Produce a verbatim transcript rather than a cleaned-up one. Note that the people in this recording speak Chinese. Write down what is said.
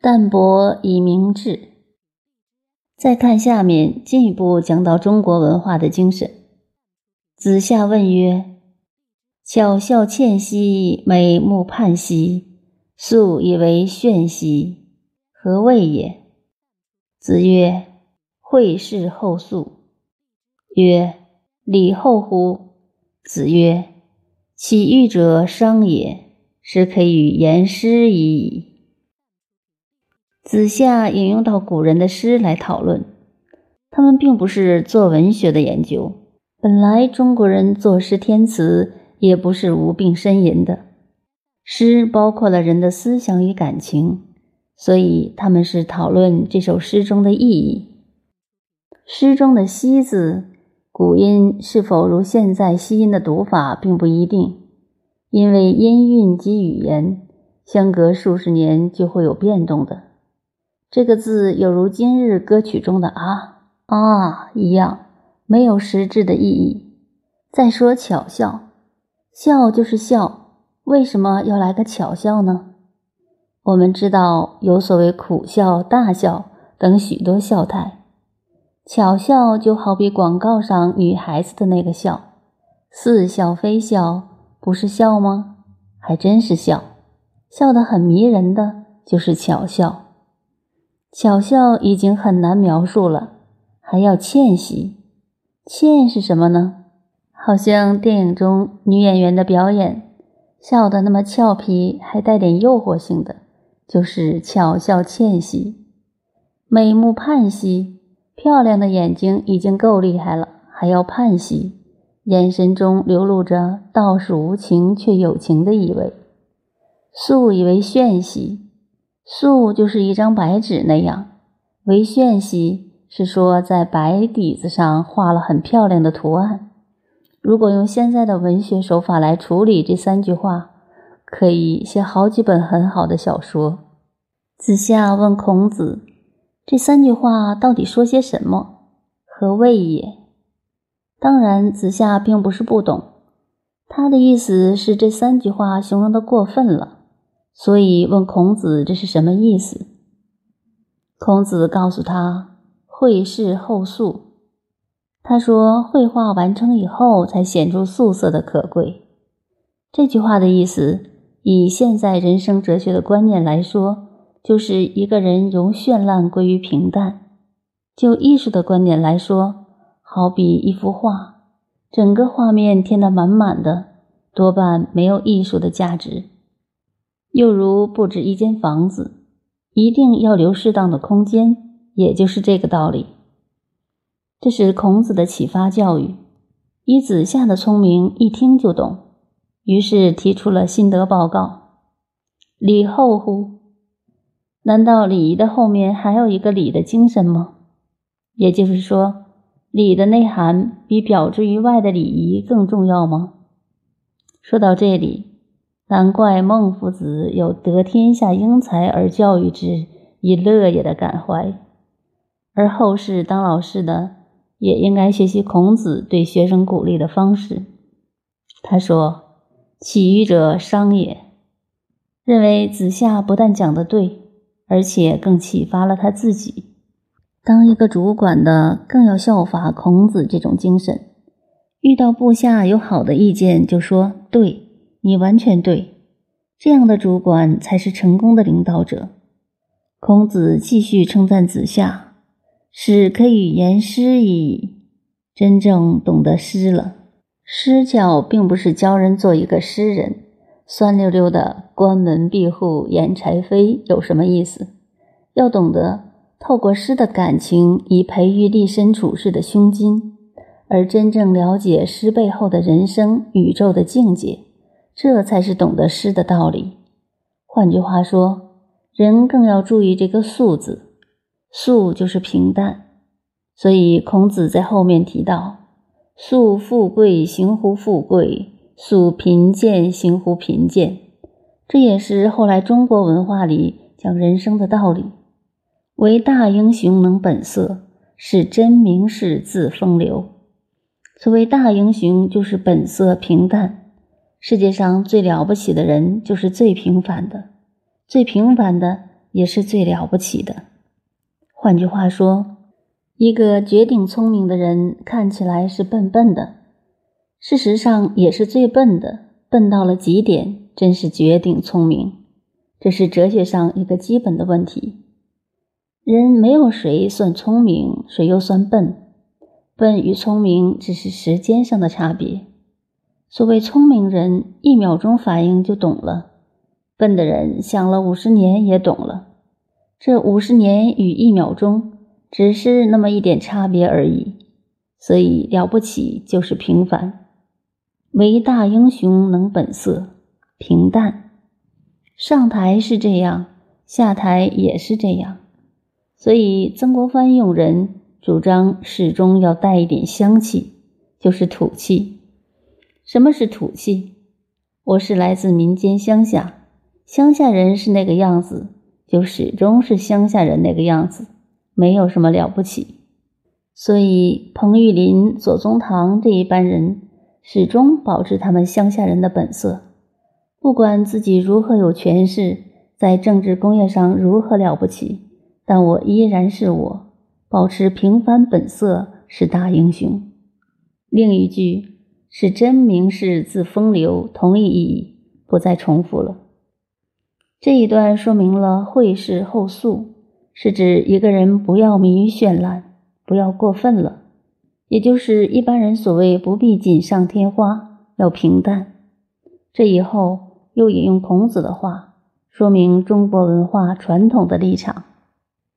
淡泊以明志。再看下面进一步讲到中国文化的精神。子夏问曰：巧笑倩兮，美目盼兮，素以为炫兮，何谓也？子曰：惠氏后素。曰：礼后乎？子曰：起欲者商也，是可与言诗已矣。子夏引用到古人的诗来讨论，他们并不是做文学的研究，本来中国人作诗填词也不是无病呻吟的，诗包括了人的思想与感情，所以他们是讨论这首诗中的意义。诗中的兮字，古音是否如现在西音的读法并不一定，因为音韵及语言相隔数十年就会有变动的。这个字有如今日歌曲中的啊啊一样，没有实质的意义。再说巧笑，笑就是笑，为什么要来个巧笑呢？我们知道有所谓苦笑、大笑等许多笑态，巧笑就好比广告上女孩子的那个笑，似笑非笑，不是笑吗？还真是笑，笑得很迷人的就是巧笑。巧笑已经很难描述了，还要倩兮。倩是什么呢？好像电影中女演员的表演，笑得那么俏皮，还带点诱惑性的，就是巧笑倩兮。美目盼兮，漂亮的眼睛已经够厉害了，还要盼兮，眼神中流露着倒是无情却有情的意味。素以为炫兮，素就是一张白纸那样，为炫兮是说在白底子上画了很漂亮的图案。如果用现在的文学手法来处理这三句话，可以写好几本很好的小说。子夏问孔子，这三句话到底说些什么？何谓也？当然子夏并不是不懂，他的意思是这三句话形容得过分了，所以问孔子这是什么意思。孔子告诉他，绘事后素。他说绘画完成以后才显出素色的可贵。这句话的意思，以现在人生哲学的观念来说，就是一个人由绚烂归于平淡。就艺术的观点来说，好比一幅画，整个画面填得满满的，多半没有艺术的价值。又如布置一间房子，一定要留适当的空间，也就是这个道理。这是孔子的启发教育，以子夏的聪明一听就懂，于是提出了心得报告。礼后乎？难道礼仪的后面还有一个礼的精神吗？也就是说，礼的内涵比表之于外的礼仪更重要吗？说到这里，难怪孟夫子有得天下英才而教育之，以乐也的感怀。而后世当老师的也应该学习孔子对学生鼓励的方式。他说，起予者商也，认为子夏不但讲得对，而且更启发了他自己。当一个主管的更要效法孔子这种精神，遇到部下有好的意见就说，对，你完全对，这样的主管才是成功的领导者。孔子继续称赞子夏，是可以言诗已矣，真正懂得诗了。诗教并不是教人做一个诗人，酸溜溜的关门闭户言柴扉有什么意思？要懂得透过诗的感情以培育立身处世的胸襟，而真正了解诗背后的人生宇宙的境界，这才是懂得诗的道理。换句话说，人更要注意这个素字，素就是平淡。所以孔子在后面提到，素富贵行乎富贵，素贫贱行乎贫贱，这也是后来中国文化里讲人生的道理。唯大英雄能本色，是真名士自风流。所谓大英雄，就是本色平淡。世界上最了不起的人就是最平凡的，最平凡的也是最了不起的。换句话说，一个绝顶聪明的人看起来是笨笨的，事实上也是最笨的，笨到了极点，真是绝顶聪明。这是哲学上一个基本的问题。人没有谁算聪明，谁又算笨，笨与聪明只是时间上的差别。所谓聪明人一秒钟反应就懂了，笨的人想了五十年也懂了。这五十年与一秒钟只是那么一点差别而已，所以了不起就是平凡。唯大英雄能本色，平淡。上台是这样，下台也是这样。所以曾国藩用人主张始终要带一点香气，就是土气。什么是土气？我是来自民间乡下，乡下人是那个样子，就始终是乡下人那个样子，没有什么了不起。所以彭玉麟、左宗棠这一班人始终保持他们乡下人的本色，不管自己如何有权势，在政治工业上如何了不起，但我依然是我，保持平凡本色是大英雄。另一句是真名士自风流，同一意义，不再重复了。这一段说明了讳事后素，是指一个人不要迷于绚烂，不要过分了，也就是一般人所谓不必锦上添花，要平淡。这以后又引用孔子的话，说明中国文化传统的立场。